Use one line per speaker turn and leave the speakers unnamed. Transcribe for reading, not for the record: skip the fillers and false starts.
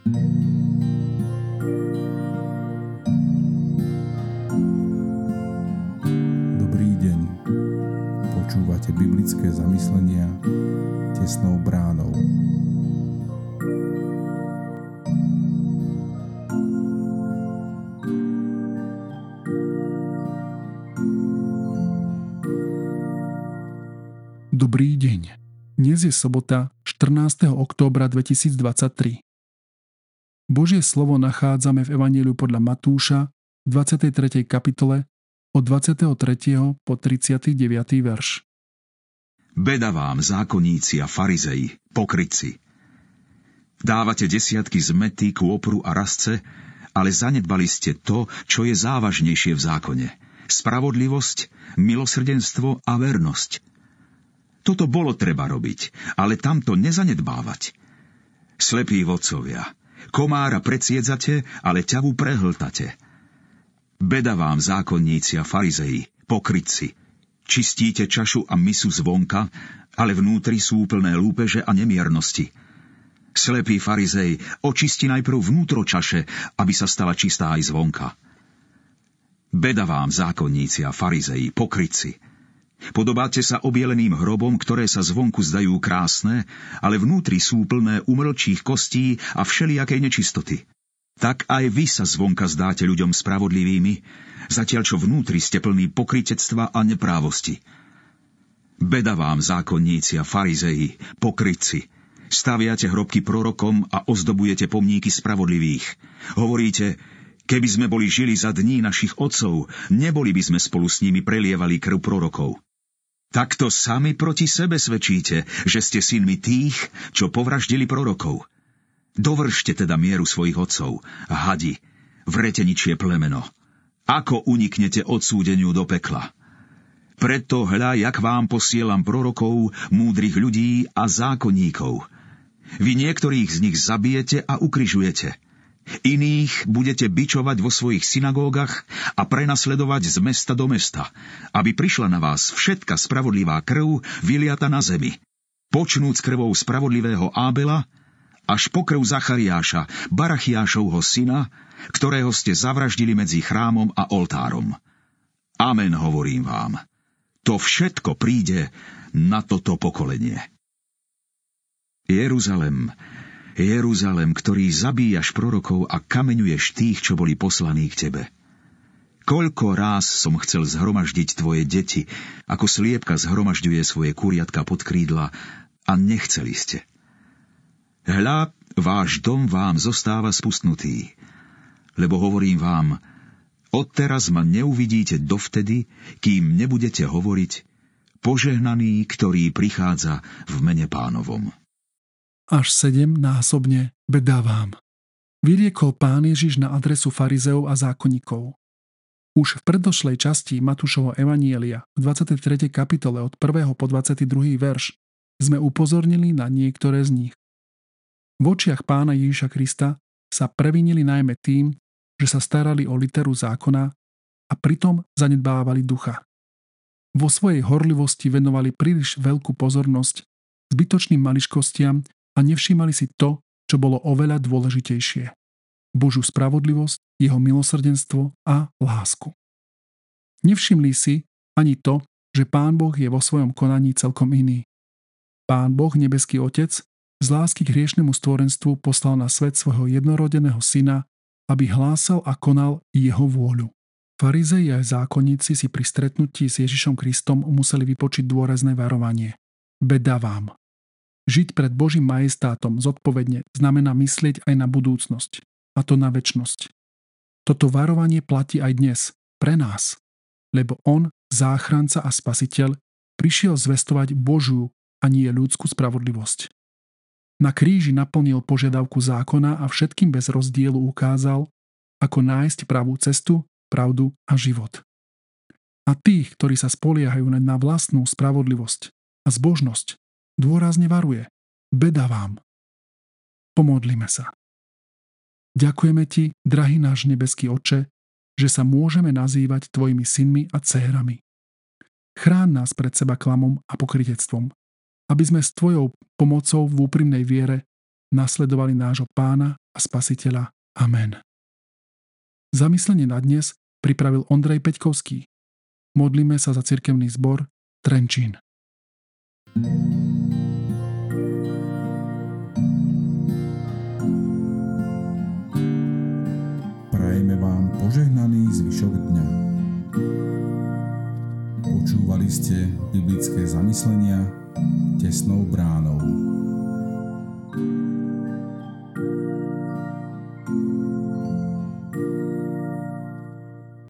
Dobrý deň. Počúvate biblické zamyslenia tesnou bránou.
Dobrý deň. Dnes je sobota 14. októbra 2023. Božie slovo nachádzame v Evanjeliu podľa Matúša v 23. kapitole od 23. po 39. verš.
Beda vám, zákonníci a farizei, pokrytci. Dávate desiatky zmety, kôpru a rastce, ale zanedbali ste to, čo je závažnejšie v zákone. Spravodlivosť, milosrdenstvo a vernosť. Toto bolo treba robiť, ale tamto nezanedbávať. Slepí vodcovia, komára predsiedzate, ale ťavu prehltate. Beda vám, zákonníci a farizei, pokrytci. Čistíte čašu a misu zvonka, ale vnútri sú plné lúpeže a nemiernosti. Slepý farizej, očisti najprv vnútro čaše, aby sa stala čistá aj zvonka. Beda vám, zákonníci a farizei, pokrytci. Podobáte sa obieleným hrobom, ktoré sa zvonku zdajú krásne, ale vnútri sú plné umrlčích kostí a všelijakej nečistoty. Tak aj vy sa zvonka zdáte ľuďom spravodlivými, zatiaľ čo vnútri ste plní pokrytectva a neprávosti. Beda vám, zákonníci a farizei, pokrytci. Staviate hrobky prorokom a ozdobujete pomníky spravodlivých. Hovoríte: keby sme boli žili za dní našich otcov, neboli by sme spolu s nimi prelievali krv prorokov. Takto sami proti sebe svedčíte, že ste synmi tých, čo povraždili prorokov. Dovršte teda mieru svojich otcov, hadi, vreteničie plemeno. Ako uniknete odsúdeniu do pekla? Preto hľa, jak vám posielam prorokov, múdrych ľudí a zákonníkov. Vy niektorých z nich zabijete a ukrižujete. Iných budete bičovať vo svojich synagógach a prenasledovať z mesta do mesta, aby prišla na vás všetka spravodlivá krv vyliata na zemi, počnúc krvou spravodlivého Ábela, až po krv Zachariáša, Barachiášovho syna, ktorého ste zavraždili medzi chrámom a oltárom. Amen, hovorím vám. To všetko príde na toto pokolenie. Jeruzalem, Jeruzalem, ktorý zabíjaš prorokov a kameňuješ tých, čo boli poslaní k tebe. Koľko ráz som chcel zhromaždiť tvoje deti, ako sliepka zhromažďuje svoje kuriatka pod krídla, a nechceli ste. Hľa, váš dom vám zostáva spustnutý, lebo hovorím vám, odteraz ma neuvidíte dovtedy, kým nebudete hovoriť: požehnaný, ktorý prichádza v mene Pánovom.
Až 7-násobne beda vám. Vyriekol Pán Ježiš na adresu farizeov a zákonníkov. Už v predošlej časti Matúšovho evanjelia v 23. kapitole od 1. po 22. verš sme upozornili na niektoré z nich. V očiach Pána Ježiša Krista sa previnili najmä tým, že sa starali o literu zákona a pritom zanedbávali ducha. Vo svojej horlivosti venovali príliš veľkú pozornosť zbytočným maličkostiam a nevšímali si to, čo bolo oveľa dôležitejšie. Božiu spravodlivosť, jeho milosrdenstvo a lásku. Nevšimli si ani to, že Pán Boh je vo svojom konaní celkom iný. Pán Boh, nebeský Otec, z lásky k hriešnemu stvorenstvu poslal na svet svojho jednorodeného syna, aby hlásal a konal jeho vôľu. Farizei a zákonníci si pri stretnutí s Ježišom Kristom museli vypočiť dôrazné varovanie. Beda vám. Žiť pred Božím majestátom zodpovedne znamená myslieť aj na budúcnosť, a to na večnosť. Toto varovanie platí aj dnes, pre nás, lebo on, záchranca a spasiteľ, prišiel zvestovať Božiu a nie ľudskú spravodlivosť. Na kríži naplnil požiadavku zákona a všetkým bez rozdielu ukázal, ako nájsť pravú cestu, pravdu a život. A tých, ktorí sa spoliehajú na vlastnú spravodlivosť a zbožnosť, dôrazne varuje: beda vám. Pomodlime sa. Ďakujeme ti, drahý náš nebeský Otče, že sa môžeme nazývať tvojimi synmi a dcérami. Chráň nás pred seba klamom a pokrytectvom, aby sme s tvojou pomocou v úprimnej viere nasledovali nášho Pána a Spasiteľa. Amen. Zamyslenie na dnes pripravil Ondrej Peťkovský. Modlíme sa za cirkevný zbor Trenčín.
Prajeme vám požehnaný zvyšok dňa. Počúvali ste biblické zamyslenia Tesnou bránou.